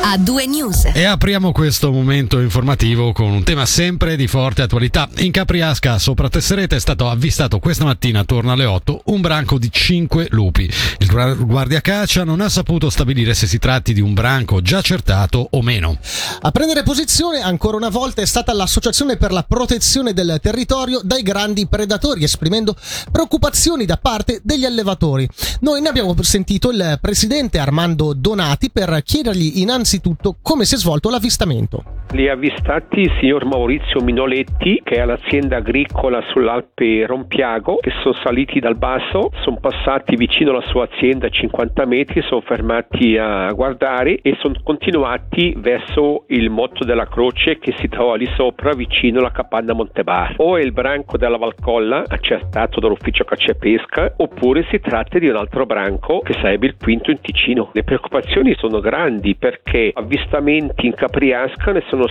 A2 News. E apriamo questo momento informativo con un tema sempre di forte attualità. In Capriasca, sopra Tesserete, è stato avvistato questa mattina attorno alle 8 un branco di 5 lupi. Il guardiacaccia non ha saputo stabilire se si tratti di un branco già accertato o meno. A prendere posizione ancora una volta è stata l'Associazione per la protezione del territorio dai grandi predatori, esprimendo preoccupazioni da parte degli allevatori. Noi ne abbiamo sentito il presidente Armando Donati per chiedergli innanzitutto come si è svolto l'avvistamento. Li ha avvistati il signor Maurizio Minoletti, che è all'azienda agricola sull'Alpe Rompiago, che sono saliti dal basso, sono passati vicino alla sua azienda a 50 metri, sono fermati a guardare e sono continuati verso il Motto della Croce che si trova lì sopra vicino alla capanna Montebar. O è il branco della Valcolla accertato dall'ufficio caccia e pesca, oppure si tratta di un altro branco che sarebbe il quinto in Ticino. Le preoccupazioni sono grandi perché avvistamenti in Capriasca ne sono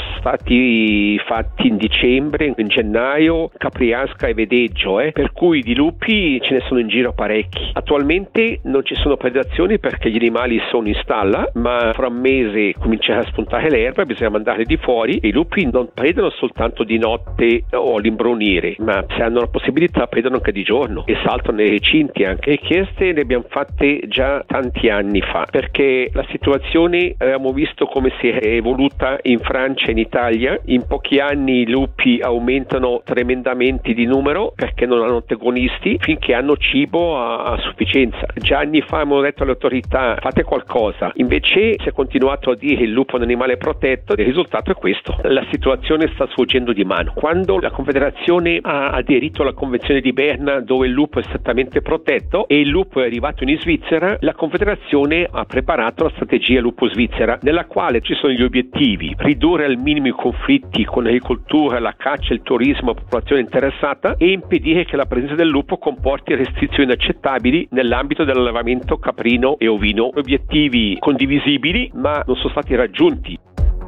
stati fatti in dicembre, in gennaio, Capriasca e Vedeggio, per cui di lupi ce ne sono in giro parecchi. Attualmente non ci sono predazioni perché gli animali sono in stalla, ma fra un mese comincerà a spuntare l'erba, bisogna mandarli di fuori e i lupi non predano soltanto di notte o all'imbrunire, ma se hanno la possibilità predano anche di giorno e saltano nei recinti. Anche richieste le abbiamo fatte già tanti anni fa, perché la situazione abbiamo visto come si è evoluta in Francia e in Italia. In pochi anni i lupi aumentano tremendamente di numero perché non hanno antagonisti finché hanno cibo a sufficienza. Già anni fa abbiamo detto alle autorità fate qualcosa, invece si è continuato a dire che il lupo è un animale protetto, il risultato è questo: la situazione sta sfuggendo di mano. Quando la Confederazione ha aderito alla Convenzione di Berna, dove il lupo è strettamente protetto, e il lupo è arrivato in Svizzera, la Confederazione ha preparato la strategia lupo svizzera, nella quale ci sono gli obiettivi: ridurre al minimo i conflitti con l'agricoltura, la caccia, il turismo, la popolazione interessata, e impedire che la presenza del lupo comporti restrizioni inaccettabili nell'ambito dell'allevamento caprino e ovino. Obiettivi condivisibili, ma non sono stati raggiunti.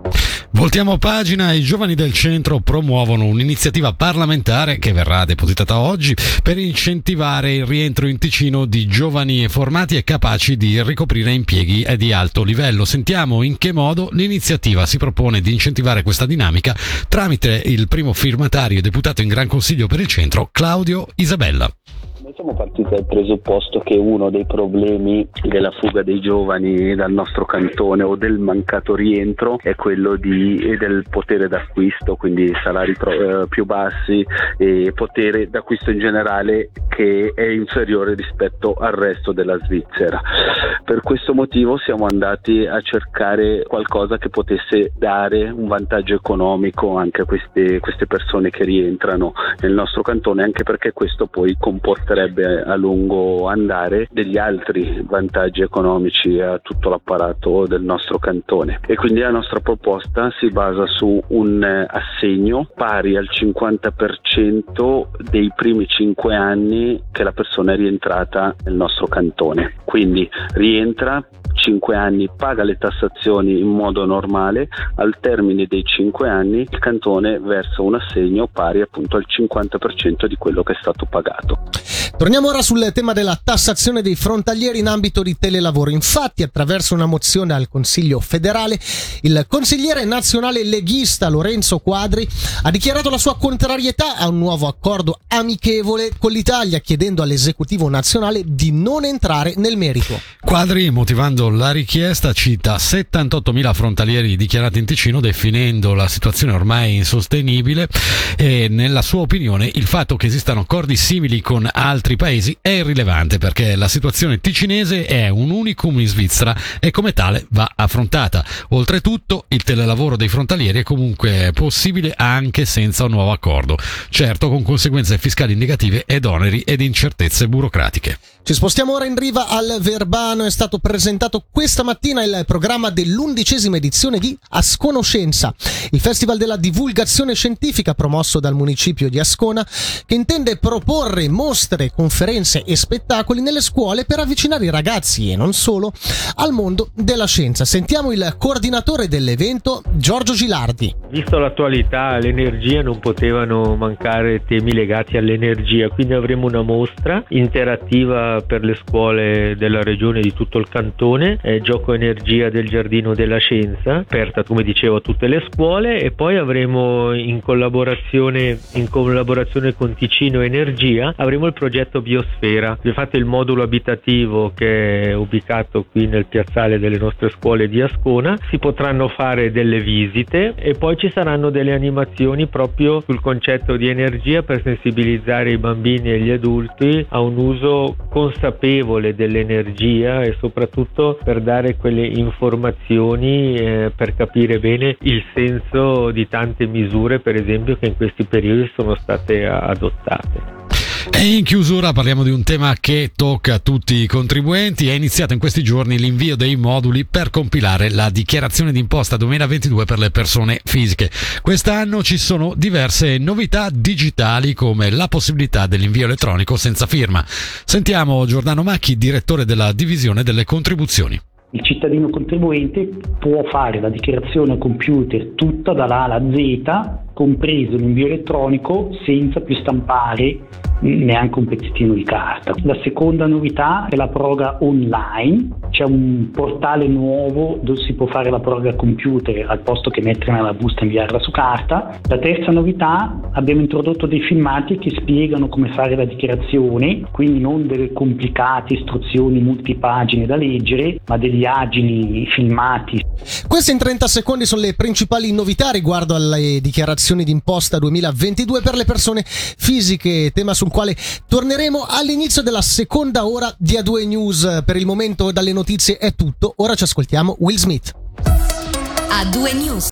Voltiamo pagina. I giovani del centro promuovono un'iniziativa parlamentare che verrà depositata oggi per incentivare il rientro in Ticino di giovani formati e capaci di ricoprire impieghi di alto livello. Sentiamo in che modo l'iniziativa si propone di incentivare questa dinamica tramite il primo firmatario e deputato in Gran Consiglio per il centro, Claudio Isabella. Noi siamo partiti dal presupposto che uno dei problemi della fuga dei giovani dal nostro cantone o del mancato rientro è quello del potere d'acquisto, quindi salari più bassi e potere d'acquisto in generale che è inferiore rispetto al resto della Svizzera. Per questo motivo siamo andati a cercare qualcosa che potesse dare un vantaggio economico anche a queste persone che rientrano nel nostro cantone, anche perché questo poi comporterebbe a lungo andare degli altri vantaggi economici a tutto l'apparato del nostro cantone. E quindi la nostra proposta si basa su un assegno pari al 50% dei primi 5 anni che la persona è rientrata nel nostro cantone. Quindi rientra 5 anni, paga le tassazioni in modo normale, al termine dei 5 anni il cantone versa un assegno pari appunto al 50% di quello che è stato pagato. Torniamo ora sul tema della tassazione dei frontalieri in ambito di telelavoro. Infatti, attraverso una mozione al Consiglio federale, il consigliere nazionale leghista Lorenzo Quadri ha dichiarato la sua contrarietà a un nuovo accordo amichevole con l'Italia, chiedendo all'esecutivo nazionale di non entrare nel merito. Quadri, motivando la richiesta, cita 78.000 frontalieri dichiarati in Ticino, definendo la situazione ormai insostenibile, e nella sua opinione il fatto che esistano accordi simili con altri paesi è irrilevante, perché la situazione ticinese è un unicum in Svizzera e come tale va affrontata. Oltretutto il telelavoro dei frontalieri è comunque possibile anche senza un nuovo accordo, certo con conseguenze fiscali negative ed oneri ed incertezze burocratiche. Ci spostiamo ora in riva al Verbano. È stato presentato questa mattina il programma dell'11ª edizione di Asconoscenza, il festival della divulgazione scientifica promosso dal municipio di Ascona, che intende proporre mostre, conferenze e spettacoli nelle scuole per avvicinare i ragazzi e non solo al mondo della scienza. Sentiamo il coordinatore dell'evento, Giorgio Gilardi. Visto l'attualità, l'energia, non potevano mancare temi legati all'energia, quindi avremo una mostra interattiva sia per le scuole della regione, di tutto il cantone, Gioco Energia del Giardino della Scienza, aperta come dicevo a tutte le scuole, e poi avremo in collaborazione con Ticino Energia avremo il progetto Biosfera. Infatti il modulo abitativo che è ubicato qui nel piazzale delle nostre scuole di Ascona, si potranno fare delle visite e poi ci saranno delle animazioni proprio sul concetto di energia per sensibilizzare i bambini e gli adulti a un uso consapevole dell'energia e soprattutto per dare quelle informazioni per capire bene il senso di tante misure, per esempio, che in questi periodi sono state adottate. E in chiusura parliamo di un tema che tocca tutti i contribuenti. È iniziato in questi giorni l'invio dei moduli per compilare la dichiarazione d'imposta 2022 per le persone fisiche. Quest'anno ci sono diverse novità digitali, come la possibilità dell'invio elettronico senza firma. Sentiamo Giordano Macchi, direttore della divisione delle contribuzioni. Il cittadino contribuente può fare la dichiarazione a computer tutta dalla A alla Z, compreso l'invio elettronico, senza più stampare neanche un pezzettino di carta. La seconda novità è la proroga online. C'è un portale nuovo dove si può fare la proroga a computer al posto che mettere nella busta e inviarla su carta. La terza novità, abbiamo introdotto dei filmati che spiegano come fare la dichiarazione, quindi non delle complicate istruzioni multipagine da leggere, ma degli agili filmati. Queste in 30 secondi sono le principali novità riguardo alle dichiarazioni d'imposta 2022 per le persone fisiche, tema sul quale torneremo all'inizio della seconda ora di A2 News. Per il momento dalle notizie è tutto, ora ci ascoltiamo Will Smith. A2 News.